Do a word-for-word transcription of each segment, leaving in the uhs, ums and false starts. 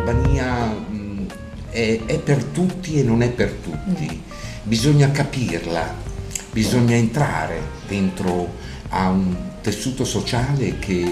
l'Albania mh, è, è per tutti e non è per tutti, mm. bisogna capirla, bisogna entrare dentro a un tessuto sociale che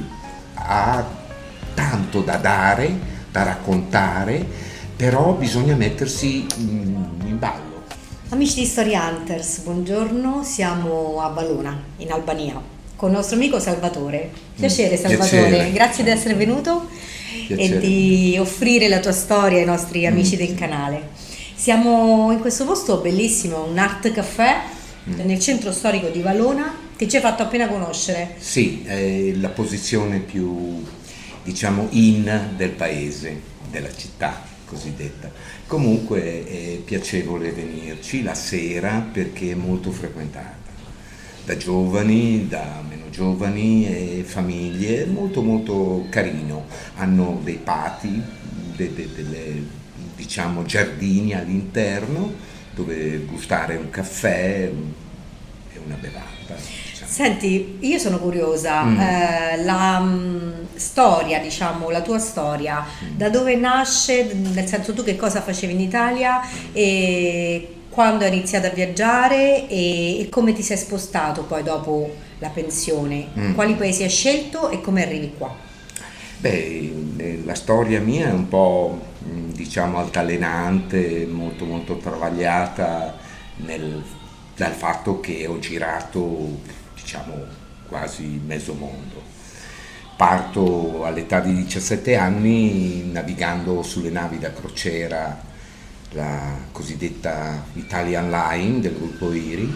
ha tanto da dare, da raccontare, però bisogna mettersi mh, in ballo. Amici di Story Hunters, buongiorno, siamo a Valona, in Albania, con il nostro amico Salvatore. Piacere Salvatore, Piacere. Grazie di essere venuto Piacere. E di offrire la tua storia ai nostri amici mm. del canale. Siamo in questo posto bellissimo, un art caffè mm. nel centro storico di Valona, che ci hai fatto appena conoscere. Sì, è la posizione più, diciamo, in del paese, della città cosiddetta. Comunque è piacevole venirci la sera perché è molto frequentata da giovani, da meno giovani e famiglie, molto molto carino. Hanno dei pati, de, de, delle, diciamo, giardini all'interno dove gustare un caffè e una bevanda. Senti, io sono curiosa, mm. eh, la mh, storia, diciamo, la tua storia, mm. da dove nasce, nel senso tu che cosa facevi in Italia e quando hai iniziato a viaggiare e, e come ti sei spostato poi dopo la pensione, mm. quali paesi hai scelto e come arrivi qua? Beh, la storia mia è un po', diciamo, altalenante, molto molto travagliata nel, dal fatto che ho girato, diciamo, quasi mezzo mondo. Parto all'età di diciassette anni navigando sulle navi da crociera, la cosiddetta Italian Line del gruppo I R I.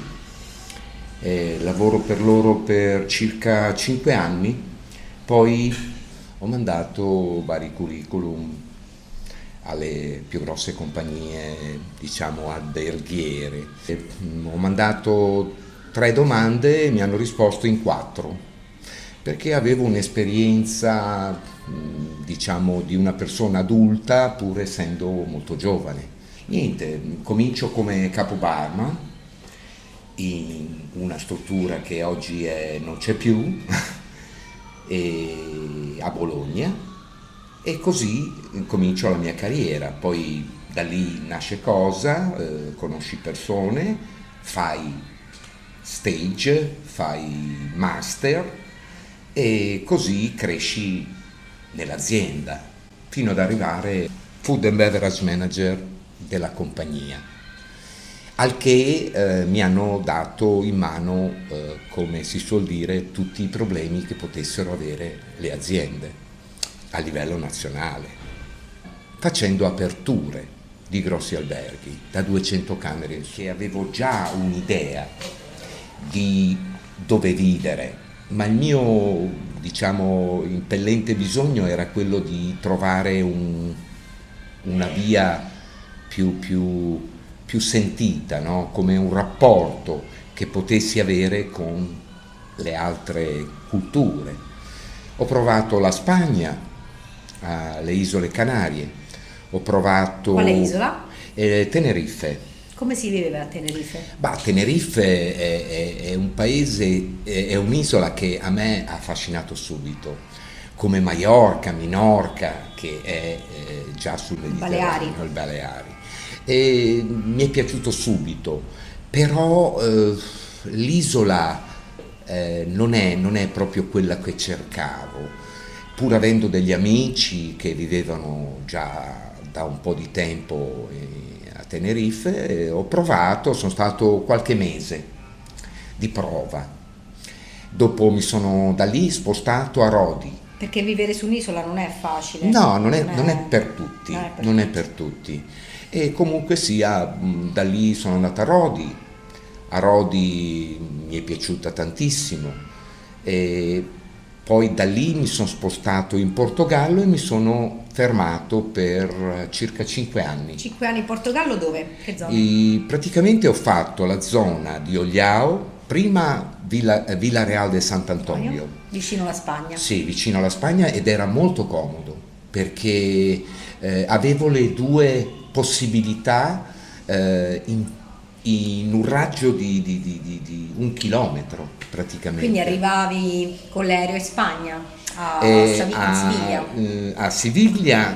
Eh, lavoro per loro per circa cinque anni, poi ho mandato vari curriculum alle più grosse compagnie, diciamo, alberghiere. Eh, ho mandato tre domande e mi hanno risposto in quattro, perché avevo un'esperienza, diciamo, di una persona adulta pur essendo molto giovane. Niente, comincio come capo barman in una struttura che oggi è, non c'è più, e a Bologna, e così comincio la mia carriera. Poi da lì nasce cosa, eh, conosci persone, fai stage, fai master e così cresci nell'azienda fino ad arrivare food and beverage manager della compagnia, al che eh, mi hanno dato in mano, eh, come si suol dire, tutti i problemi che potessero avere le aziende a livello nazionale, facendo aperture di grossi alberghi da duecento camere, che avevo già un'idea di dove vivere, ma il mio, diciamo, impellente bisogno era quello di trovare un, una via più, più, più sentita, no? Come un rapporto che potessi avere con le altre culture. Ho provato la Spagna, le isole Canarie, ho provato... Quale isola? Eh, Tenerife. Come si viveva a Tenerife? Bah, Tenerife è, è, è un paese, è, è un'isola che a me ha affascinato subito, come Maiorca, Minorca, che è eh, già sul Mediterraneo, il Baleari. E mi è piaciuto subito, però eh, l'isola eh, non, è, non è proprio quella che cercavo, pur avendo degli amici che vivevano già da un po' di tempo a Tenerife. Ho provato, sono stato qualche mese di prova, dopo mi sono da lì spostato a Rodi. Perché vivere su un'isola non è facile. No, non è, non è, non è per tutti, non, è per, non tutti. è per tutti. E comunque sia, da lì sono andato a Rodi, a Rodi mi è piaciuta tantissimo, e poi da lì mi sono spostato in Portogallo e mi sono fermato per circa cinque anni. Cinque anni in Portogallo dove? Che zona? E praticamente ho fatto la zona di Olhão, prima Villa, Villa Real de Sant'Antonio. Vicino alla Spagna. Sì, vicino alla Spagna, ed era molto comodo perché eh, avevo le due possibilità eh, in, in un raggio di, di, di, di, di un chilometro praticamente. Quindi arrivavi con l'aereo in Spagna, a, eh, a, a Siviglia? A, a Siviglia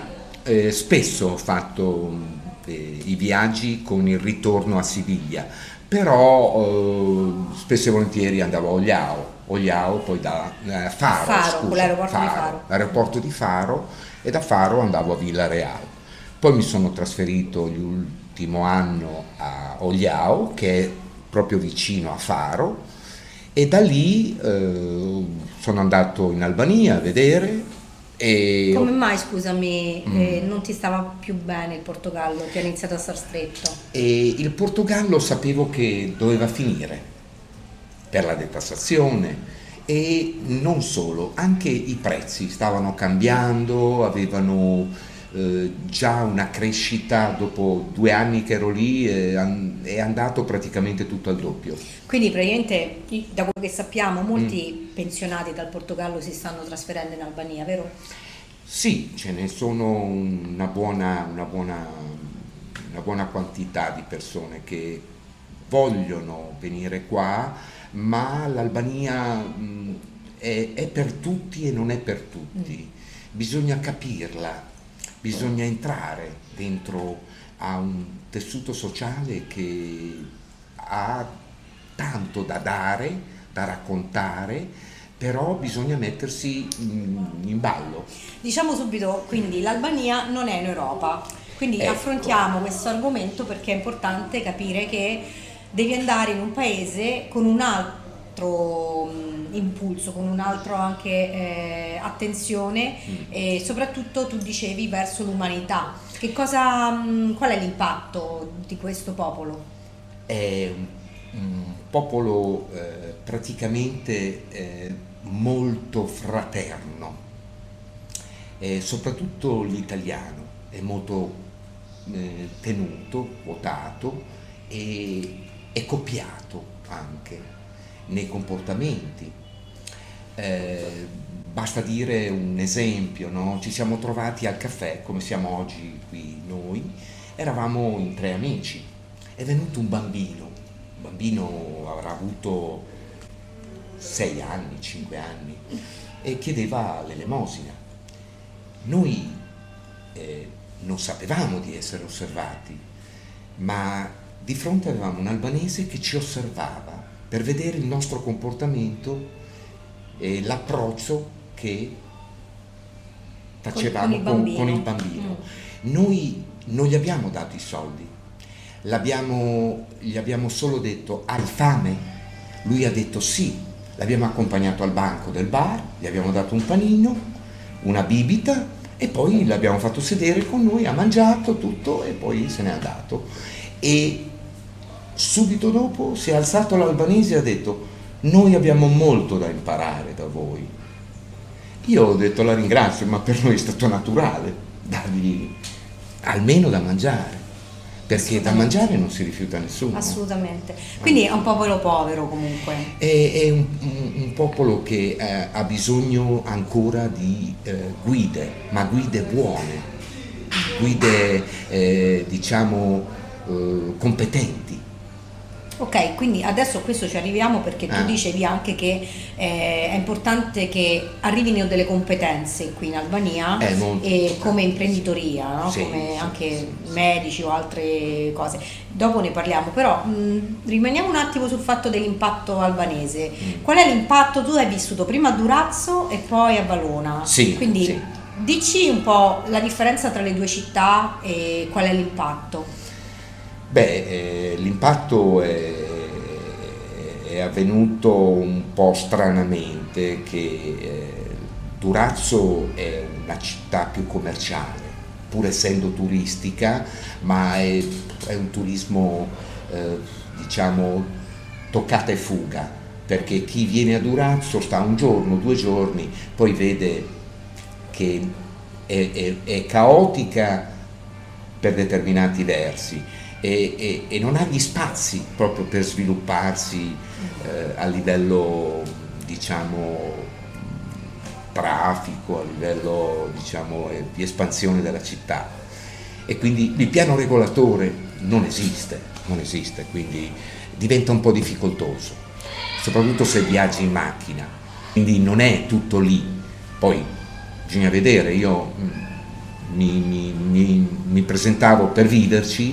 eh, spesso ho fatto eh, i viaggi con il ritorno a Siviglia, però eh, spesso e volentieri andavo a Ogliao, Ogliao poi da eh, Faro, Faro, scusa, l'aeroporto Faro, di Faro. l'aeroporto di Faro, e da Faro andavo a Villareal. Poi mi sono trasferito l'ultimo anno a Ogliao, che è proprio vicino a Faro, e da lì eh, sono andato in Albania a vedere. E Come mai, scusami, Mm. eh, non ti stava più bene il Portogallo? Ti ha iniziato a star stretto? E il Portogallo sapevo che doveva finire per la detassazione, e non solo, anche i prezzi stavano cambiando, avevano eh, già una crescita. Dopo due anni che ero lì eh, an- è andato praticamente tutto al doppio. Quindi praticamente, da quello che sappiamo, molti Mm. pensionati dal Portogallo si stanno trasferendo in Albania, vero? Sì, ce ne sono una buona, una buona, una buona quantità di persone che vogliono venire qua, ma l'Albania mh, è, è per tutti e non è per tutti. Bisogna capirla, bisogna entrare dentro a un tessuto sociale che ha tanto da dare, da raccontare, però bisogna mettersi mh, in ballo. Diciamo subito, quindi l'Albania non è in Europa, quindi Ecco. affrontiamo questo argomento perché è importante capire che devi andare in un paese con un altro mh, impulso, con un altro anche eh, attenzione Mm. e soprattutto tu dicevi verso l'umanità. Che cosa, mh, qual è l'impatto di questo popolo? È un, un popolo eh, praticamente eh, molto fraterno, e soprattutto l'italiano è molto eh, tenuto, quotato e è copiato anche nei comportamenti. Eh, basta dire un esempio, no? Ci siamo trovati al caffè, come siamo oggi qui noi, eravamo in tre amici, è venuto un bambino, un bambino avrà avuto sei anni, cinque anni, e chiedeva l'elemosina. Noi eh, non sapevamo di essere osservati, ma di fronte avevamo un albanese che ci osservava per vedere il nostro comportamento e l'approccio che facevamo con il con, bambino. con il bambino. Noi non gli abbiamo dato i soldi, l'abbiamo, gli abbiamo solo detto: hai fame? Lui ha detto sì, l'abbiamo accompagnato al banco del bar, gli abbiamo dato un panino, una bibita, e poi l'abbiamo fatto sedere con noi, ha mangiato tutto e poi se n'è andato. E subito dopo si è alzato l'albanese e ha detto: noi abbiamo molto da imparare da voi. Io ho detto: la ringrazio, ma per noi è stato naturale dargli almeno da mangiare, perché da mangiare non si rifiuta nessuno. Assolutamente. Quindi è un popolo povero comunque. È, è un, un- un popolo che eh, ha bisogno ancora di eh, guide, ma guide buone, guide eh, diciamo eh, competenti. Ok, quindi adesso a questo ci arriviamo perché tu Ah. dicevi anche che eh, è importante che arrivino delle competenze qui in Albania È molto e importante. come imprenditoria, no? Sì, Come sì, anche sì, sì. medici o altre cose. Dopo ne parliamo, però mh, rimaniamo un attimo sul fatto dell'impatto albanese. Mm. Qual è l'impatto? Tu hai vissuto prima a Durazzo e poi a Valona. Sì, Quindi sì. dici un po' la differenza tra le due città e qual è l'impatto. Beh, eh, l'impatto è, è avvenuto un po' stranamente, che eh, Durazzo è una città più commerciale, pur essendo turistica, ma è, è un turismo eh, diciamo toccata e fuga, perché chi viene a Durazzo sta un giorno, due giorni, poi vede che è, è- è caotica per determinati versi e, e- e non ha gli spazi proprio per svilupparsi eh, a livello diciamo traffico, a livello diciamo eh, di espansione della città, e quindi il piano regolatore non esiste, non esiste, quindi diventa un po' difficoltoso, soprattutto se viaggi in macchina, quindi non è tutto lì. Poi bisogna vedere, io mh, mi, mi, mi, mi presentavo per viverci,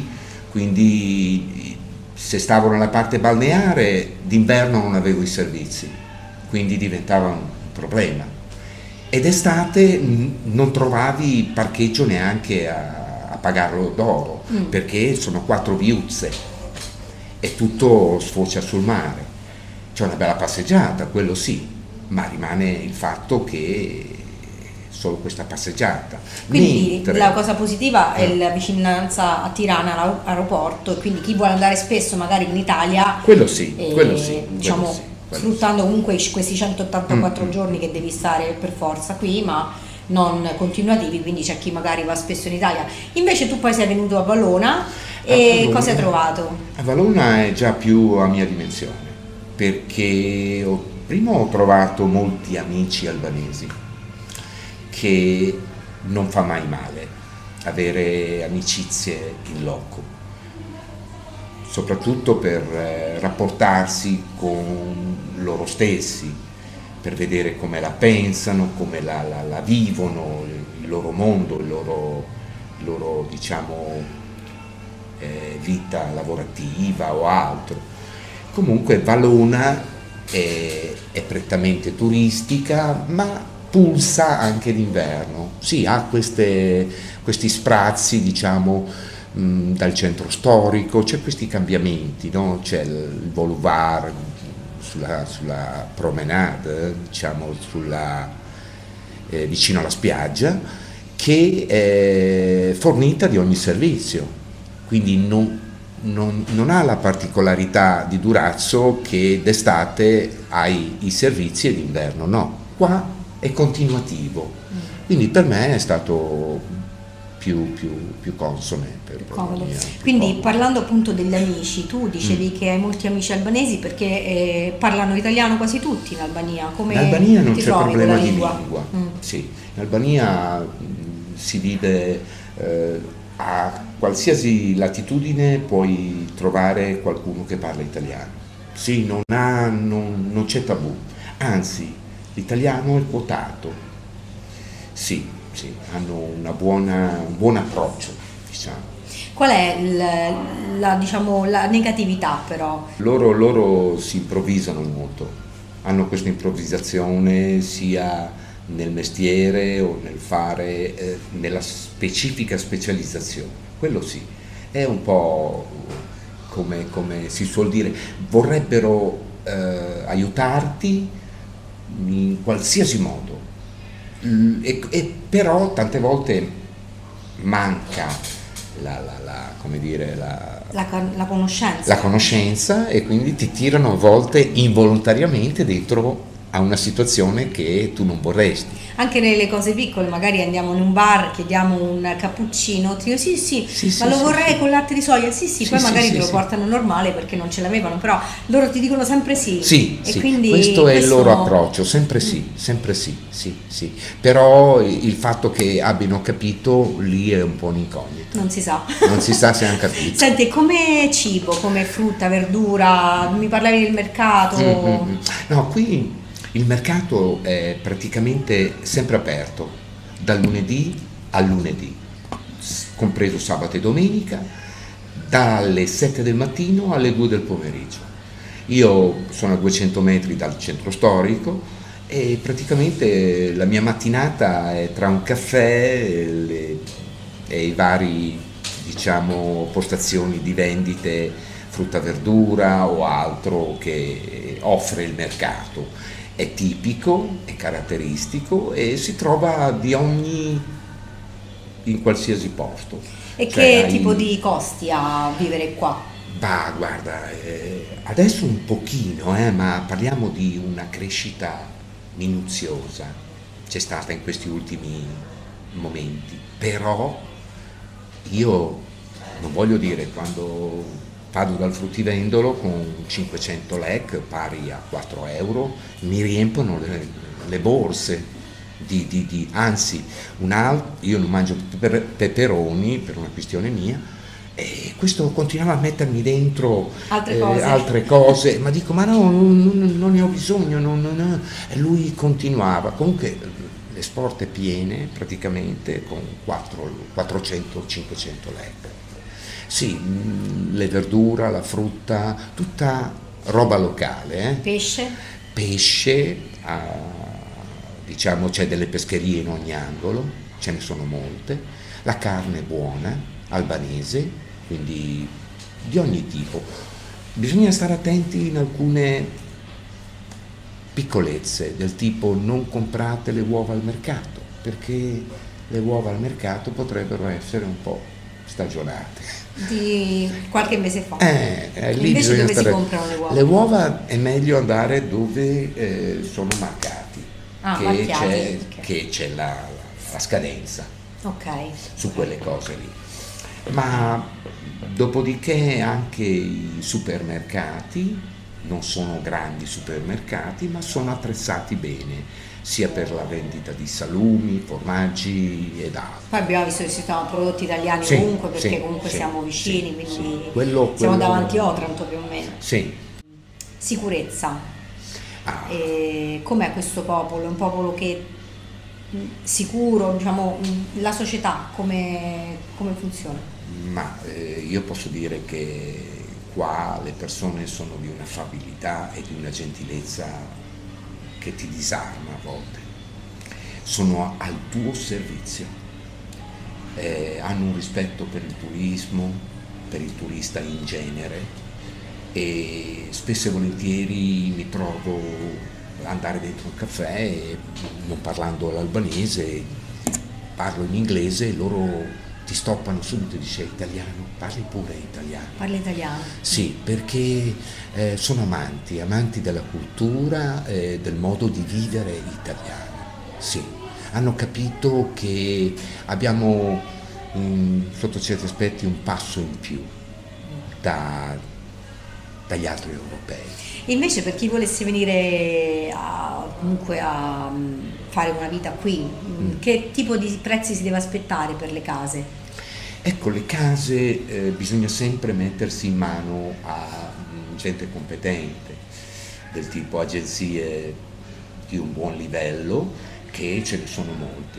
quindi se stavo nella parte balneare d'inverno non avevo i servizi, quindi diventava un problema. Ed estate non trovavi parcheggio neanche a, a pagarlo d'oro, mm. perché sono quattro viuzze e tutto sfocia sul mare. C'è una bella passeggiata, quello sì, ma rimane il fatto che solo questa passeggiata. Quindi Mentre, la cosa positiva è la vicinanza a Tirana all'aeroporto, e quindi chi vuole andare spesso magari in Italia, quello sì, eh, quello sì, diciamo, quello sì, quello sfruttando comunque questi centottantaquattro mm. giorni che devi stare per forza qui, ma non continuativi, quindi c'è chi magari va spesso in Italia. Invece tu poi sei venuto a Valona e Valona, cosa hai trovato? A Valona è già più a mia dimensione, perché ho, prima ho trovato molti amici albanesi, che non fa mai male avere amicizie in loco, soprattutto per eh, rapportarsi con loro stessi, per vedere come la pensano, come la, la, la vivono, il loro mondo, il loro, il loro diciamo, eh, vita lavorativa o altro. Comunque Valona è, è prettamente turistica, ma pulsa anche d'inverno. Sì, ha queste, questi sprazzi, diciamo, mh, dal centro storico, c'è questi cambiamenti, no? C'è il boulevard sulla, sulla promenade, diciamo, sulla, eh, vicino alla spiaggia, che è fornita di ogni servizio, quindi non, non, non ha la particolarità di Durazzo che d'estate hai i servizi e d'inverno no. Qua è continuativo, quindi per me è stato più, più, più consone. Per, per comodo. Mia, quindi comodo. Parlando appunto degli amici, tu dicevi mm. che hai molti amici albanesi perché eh, parlano italiano quasi tutti in Albania. Come in Albania non ti c'è trovi problema con la di lingua? lingua, Mm. sì. In Albania mh, si vive eh, a qualsiasi latitudine, puoi trovare qualcuno che parla italiano. Sì, non, ha, non, non c'è tabù, anzi l'italiano è quotato, sì, sì, hanno una buona, un buon approccio, diciamo. Qual è la, la, diciamo, la negatività però? Loro, loro si improvvisano molto, hanno questa improvvisazione sia nel mestiere o nel fare, eh, nella specifica specializzazione, quello sì, è un po' come, come si suol dire, vorrebbero eh, aiutarti in qualsiasi modo, e, e però tante volte manca la, la, la, come dire, la, la, la conoscenza. la conoscenza e quindi ti tirano a volte involontariamente dentro a una situazione che tu non vorresti. Anche nelle cose piccole, magari andiamo in un bar, chiediamo un cappuccino, ti dico sì sì, sì ma sì, lo sì, vorrei sì. con latte di soia, sì sì, sì poi sì, magari sì, te lo sì. portano normale perché non ce l'avevano, però loro ti dicono sempre sì. Sì, e sì. quindi questo è il questo... loro approccio, sempre sì, sempre sì, sì, sì. Però il fatto che abbiano capito lì è un po' un'incognita. Non si sa. Non si sa se hanno capito. Senti, come cibo, come frutta, verdura, mi parlavi del mercato? Mm-hmm. No, qui il mercato è praticamente sempre aperto, dal lunedì al lunedì, compreso sabato e domenica, dalle sette del mattino alle due del pomeriggio. Io sono a duecento metri dal centro storico e praticamente la mia mattinata è tra un caffè e, le, e i vari, diciamo, postazioni di vendite frutta verdura o altro che offre il mercato. È tipico, è caratteristico e si trova di ogni, in qualsiasi posto. E cioè, che hai... tipo di costi ha vivere qua? Bah, guarda, eh, adesso un pochino, eh, ma parliamo di una crescita minuziosa, c'è stata in questi ultimi momenti, però io non voglio dire, quando vado dal fruttivendolo con cinquecento lek pari a quattro euro mi riempiono le, le borse di, di, di anzi un altro, io non mangio peper, peperoni per una questione mia e questo continuava a mettermi dentro altre, eh, cose. altre cose, ma dico ma no, non, non ne ho bisogno, non, non, e lui continuava, comunque le sporte piene praticamente con quattrocento cinquecento lek. Sì, le verdura, la frutta, tutta roba locale. Eh? Pesce? Pesce, ah, diciamo c'è delle pescherie in ogni angolo, ce ne sono molte, la carne è buona, albanese, quindi di ogni tipo. Bisogna stare attenti in alcune piccolezze, del tipo non comprate le uova al mercato, perché le uova al mercato potrebbero essere un po' stagionate. Di qualche mese fa. Eh, eh, lì Invece dove stare... si comprano le uova? Le uova è meglio andare dove eh, sono marcati, ah, che, marchiati, c'è, okay. che c'è la, la scadenza okay. su quelle cose lì. Ma dopodiché anche i supermercati non sono grandi supermercati, ma sono attrezzati bene, sia per la vendita di salumi, formaggi ed altro. Poi abbiamo visto che ci sono prodotti italiani sì, ovunque, perché sì, comunque sì, siamo vicini, sì, quindi sì. Quello, siamo quello... davanti a Otranto più o meno. Sì. Sicurezza. Ah. E com'è questo popolo? È un popolo che sicuro, diciamo, la società come, come funziona? Ma eh, io posso dire che qua le persone sono di un'affabilità e di una gentilezza che ti disarma a volte. Sono al tuo servizio, eh, hanno un rispetto per il turismo, per il turista in genere, e spesso e volentieri mi trovo ad andare dentro un caffè e non parlando l'albanese, parlo in inglese e loro ti stoppano subito e dice italiano, parli pure italiano. Parli italiano? Sì, perché eh, sono amanti, amanti della cultura, eh, del modo di vivere italiano. Sì, hanno capito che abbiamo mh, sotto certi aspetti un passo in più da, dagli altri europei. Invece per chi volesse venire a, comunque a fare una vita qui, mm. che tipo di prezzi si deve aspettare per le case? Ecco, le case eh, bisogna sempre mettersi in mano a mh, gente competente, del tipo agenzie di un buon livello, che ce ne sono molte,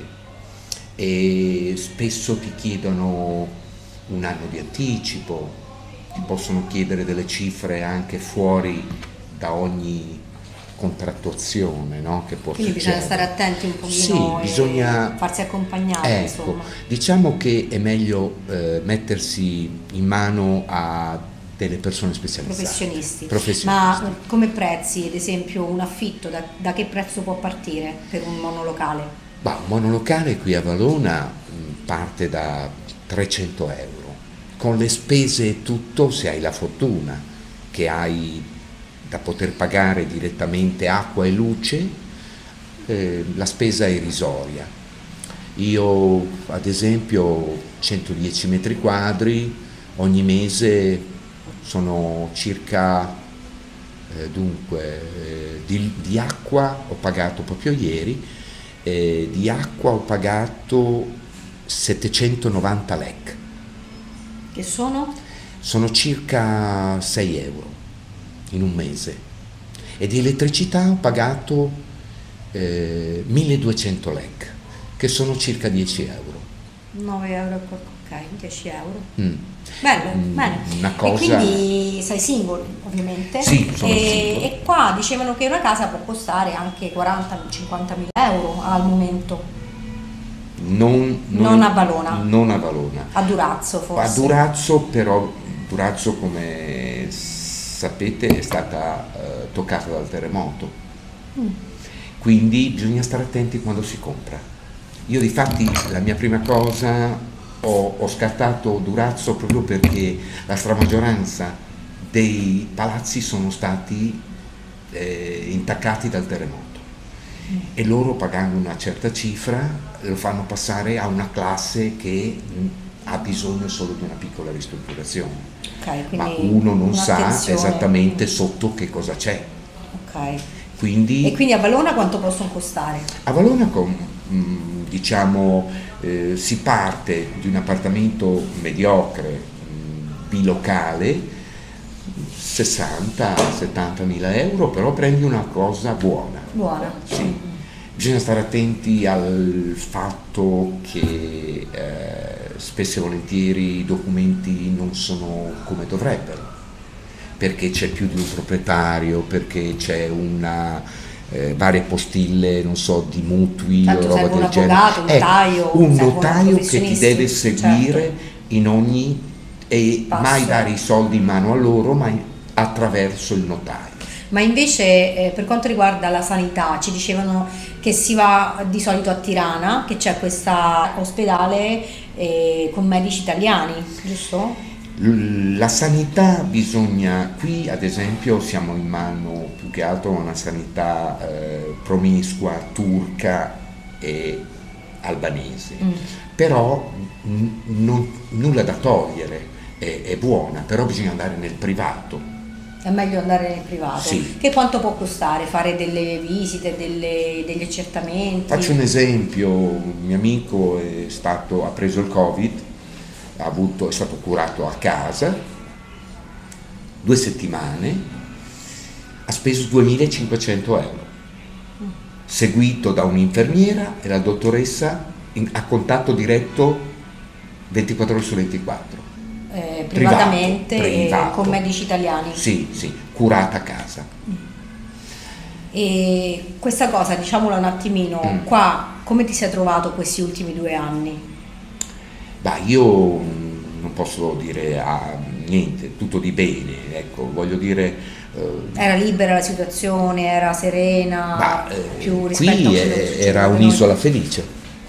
e spesso ti chiedono un anno di anticipo, ti possono chiedere delle cifre anche fuori da ogni contrattuazione, no? Che può Quindi succedere. Bisogna stare attenti un pochino, sì, bisogna farsi accompagnare. Ecco, insomma. Diciamo che è meglio eh, mettersi in mano a delle persone specializzate. Professionisti. Professionisti. Ma come prezzi, ad esempio un affitto, da, da che prezzo può partire per un monolocale? Bah, un monolocale qui a Valona mh, parte da trecento euro, con le spese e tutto, se hai la fortuna che hai da poter pagare direttamente acqua e luce, eh, la spesa è irrisoria. Io ad esempio centodieci metri quadri, ogni mese sono circa, eh, dunque, eh, di, di acqua ho pagato proprio ieri, eh, di acqua ho pagato settecentonovanta lek. Che sono? Sono circa sei euro in un mese, e di elettricità ho pagato eh, milleduecento lek, che sono circa dieci euro. nove euro, ok, dieci euro. Mm. Bello, Mm, bene. una cosa... E quindi sei single, ovviamente. Sì, sono e, single. e qua dicevano che una casa può costare anche quaranta cinquantamila euro al momento. Non, non, Non a Valona. Non a Valona. A Durazzo forse. A Durazzo, però Durazzo, come sapete, è stata eh, toccata dal terremoto. Mm. Quindi bisogna stare attenti quando si compra. Io difatti la mia prima cosa ho, ho scartato Durazzo proprio perché la stramaggioranza dei palazzi sono stati eh, intaccati dal terremoto. E loro, pagando una certa cifra, lo fanno passare a una classe che ha bisogno solo di una piccola ristrutturazione. Okay, ma uno non sa esattamente sotto che cosa c'è. Okay. Quindi, e quindi a Valona quanto possono costare? A Valona con, mh, diciamo, eh, si parte di un appartamento mediocre, mh, bilocale, sessanta settanta mila euro, però prendi una cosa buona. Buona. Sì. Bisogna stare attenti al fatto che eh, spesso e volentieri i documenti non sono come dovrebbero, perché c'è più di un proprietario, perché c'è una eh, varie postille, non so, di mutui Tanto o roba serve un del genere. avvocato, un notaio, Ecco, un servono notaio che ti professionisti, deve seguire certo, in ogni e passo. mai dare i soldi in mano a loro, ma attraverso il notaio. Ma invece eh, per quanto riguarda la sanità, ci dicevano che si va di solito a Tirana, che c'è questo ospedale eh, con medici italiani, giusto? La sanità bisogna, qui ad esempio siamo in mano più che altro a una sanità eh, promiscua, turca e albanese, mm. però n- non, nulla da togliere, è, è buona, però bisogna andare nel privato. È meglio andare nel privato. Sì. Che quanto può costare fare delle visite, delle, degli accertamenti? Faccio un esempio, un mio amico è stato, ha preso il Covid, ha avuto, è stato curato a casa, due settimane, ha speso duemilacinquecento euro, seguito da un'infermiera e la dottoressa in, a contatto diretto ventiquattro ore su ventiquattro. Eh, privatamente privato, privato. E con medici italiani. Sì, sì, curata a casa. E questa cosa, diciamola un attimino, mm. qua come ti sei trovato questi ultimi due anni? Bah, io non posso dire ah, niente, tutto di bene, ecco, voglio dire... Eh, era libera la situazione, era serena, bah, eh, più rispetto qui a è, era un'isola felice,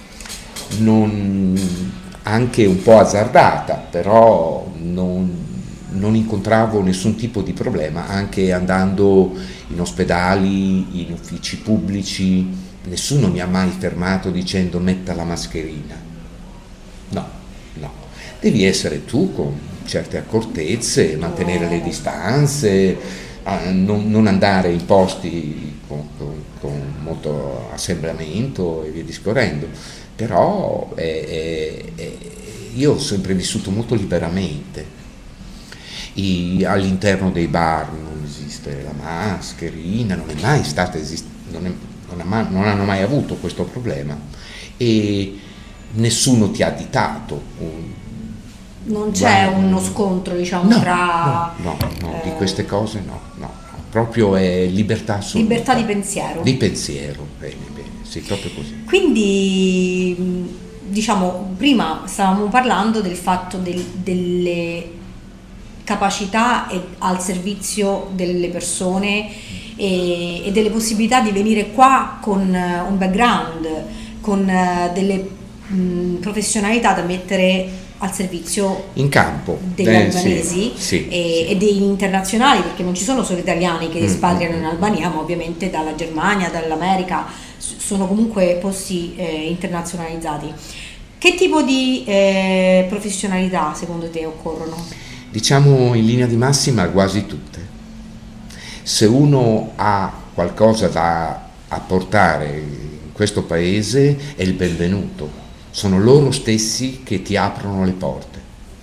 non, anche un po' azzardata, però non, non incontravo nessun tipo di problema, anche andando in ospedali, in uffici pubblici, nessuno mi ha mai fermato dicendo metta la mascherina, no. No, devi essere tu con certe accortezze, mantenere le distanze, non, non andare in posti con, con, con molto assembramento e via discorrendo, però è, è, è, io ho sempre vissuto molto liberamente. I, all'interno dei bar non esiste la mascherina, non è mai stata esist- non, è, non, ha mai, non hanno mai avuto questo problema e nessuno ti ha additato. Non c'è Guarda, uno scontro, diciamo, no, tra... No, no, no eh, di queste cose no, no, no, proprio è libertà assoluta. Libertà di pensiero. Di pensiero, bene, bene, sì, proprio così. Quindi, diciamo, prima stavamo parlando del fatto del, delle capacità e, al servizio delle persone e, e delle possibilità di venire qua con un background, con delle professionalità da mettere al servizio in campo degli eh, albanesi sì, sì, e, sì. e degli internazionali, perché non ci sono solo italiani che mm, espatriano mm. in Albania, ma ovviamente dalla Germania, dall'America, sono comunque posti eh, internazionalizzati. Che tipo di eh, professionalità secondo te occorrono? Diciamo in linea di massima quasi tutte. Se uno ha qualcosa da apportare in questo paese è il benvenuto. Sono loro stessi che ti aprono le porte,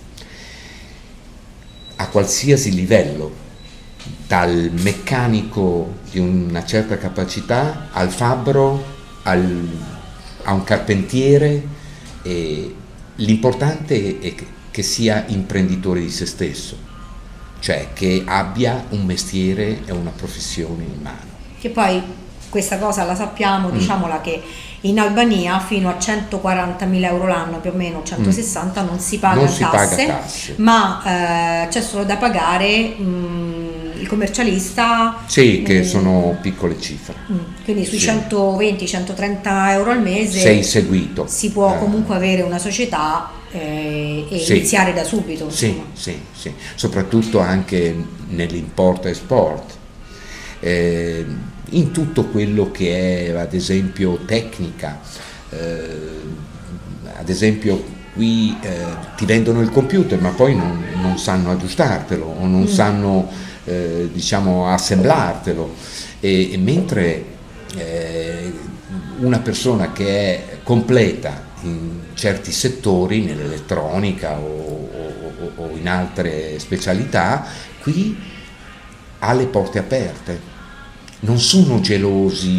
a qualsiasi livello, dal meccanico di una certa capacità al fabbro, al, a un carpentiere. E l'importante è che, che sia imprenditore di se stesso, cioè che abbia un mestiere e una professione in mano. Che poi questa cosa la sappiamo, mm. diciamola che in Albania fino a centoquarantamila euro l'anno, più o meno centosessanta, mm. non si paga non tasse, si paga tasse, ma eh, c'è solo da pagare mh, il commercialista. Sì, che mh, sono piccole cifre. Mh, quindi sui sì. centoventi centotrenta euro al mese sei seguito. Si può eh. comunque avere una società eh, e sì. iniziare da subito. Sì, sì, sì, soprattutto anche nell'import-export. Eh, in tutto quello che è ad esempio tecnica, eh, ad esempio qui eh, ti vendono il computer ma poi non, non sanno aggiustartelo o non mm. sanno eh, diciamo assemblartelo e, e mentre eh, una persona che è completa in certi settori, nell'elettronica o, o, o in altre specialità, qui ha le porte aperte. Non sono gelosi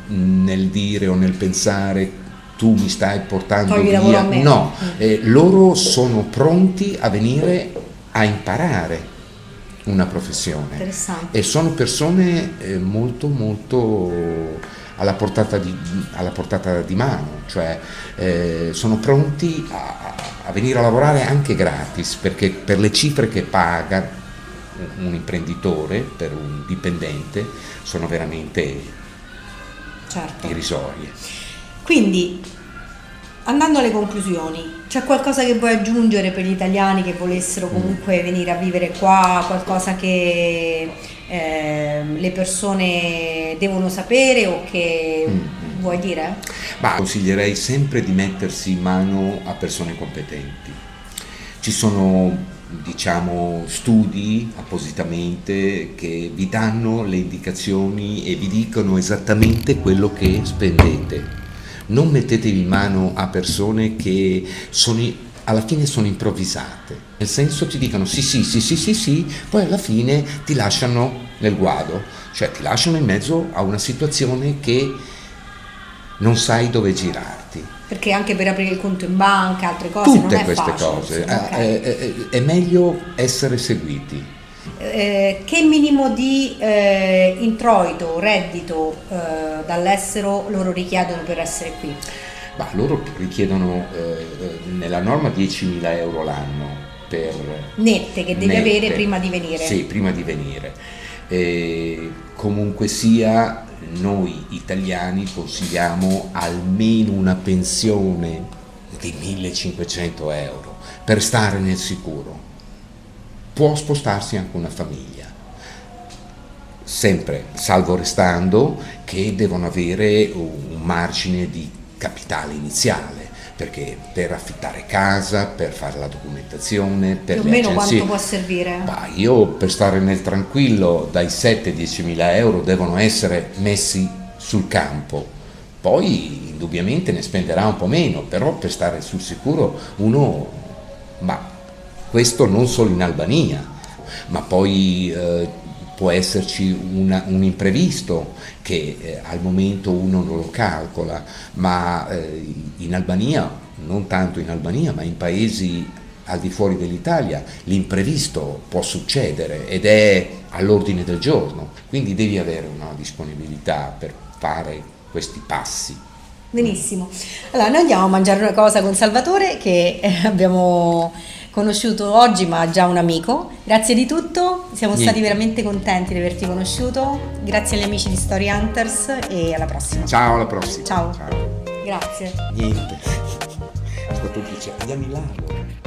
nel dire o nel pensare tu mi stai portando Togli via, lavoro a me. no, eh, loro sono pronti a venire a imparare una professione Interessante. e sono persone eh, molto molto alla portata di, alla portata di mano, cioè eh, sono pronti a, a venire a lavorare anche gratis, perché per le cifre che paga un imprenditore per un dipendente sono veramente Certo. irrisorie. Quindi, andando alle conclusioni, c'è qualcosa che vuoi aggiungere per gli italiani che volessero comunque venire a vivere qua, qualcosa che eh, le persone devono sapere o che Mm. vuoi dire? Ma consiglierei sempre di mettersi in mano a persone competenti. Ci sono, diciamo, studi appositamente che vi danno le indicazioni e vi dicono esattamente quello che spendete. Non mettetevi in mano a persone che sono, alla fine sono improvvisate, nel senso ti dicono sì sì sì sì sì sì, poi alla fine ti lasciano nel guado, cioè ti lasciano in mezzo a una situazione che non sai dove girarti. Perché anche per aprire il conto in banca, altre cose, non Tutte è queste facile, cose, insomma, ok. eh, eh, eh, è meglio essere seguiti. Eh, che minimo di eh, introito, reddito eh, dall'estero loro richiedono per essere qui? Ma loro richiedono eh, nella norma diecimila euro l'anno per Nette che devi nette. avere prima di venire. Sì, prima di venire. E comunque sia, noi italiani consigliamo almeno una pensione di millecinquecento euro per stare nel sicuro. Può spostarsi anche una famiglia, sempre salvo restando che devono avere un margine di capitale iniziale, perché per affittare casa, per fare la documentazione, per Più o le meno agenzie. quanto può servire? Ma io per stare nel tranquillo dai sette a diecimila euro devono essere messi sul campo, poi indubbiamente ne spenderà un po' meno, però per stare sul sicuro uno, ma questo non solo in Albania, ma poi eh, può esserci una, un imprevisto che eh, al momento uno non lo calcola, ma eh, in Albania, non tanto in Albania, ma in paesi al di fuori dell'Italia, l'imprevisto può succedere ed è all'ordine del giorno, quindi devi avere una disponibilità per fare questi passi. Benissimo. Allora, noi andiamo a mangiare una cosa con Salvatore che eh, abbiamo conosciuto oggi, ma già un amico. Grazie di tutto, siamo Niente. stati veramente contenti di averti conosciuto. Grazie agli amici di Story Hunters e alla prossima. Ciao, alla prossima. Ciao. Ciao. Grazie. Niente. È stato un piacere. Andiamo in là allora.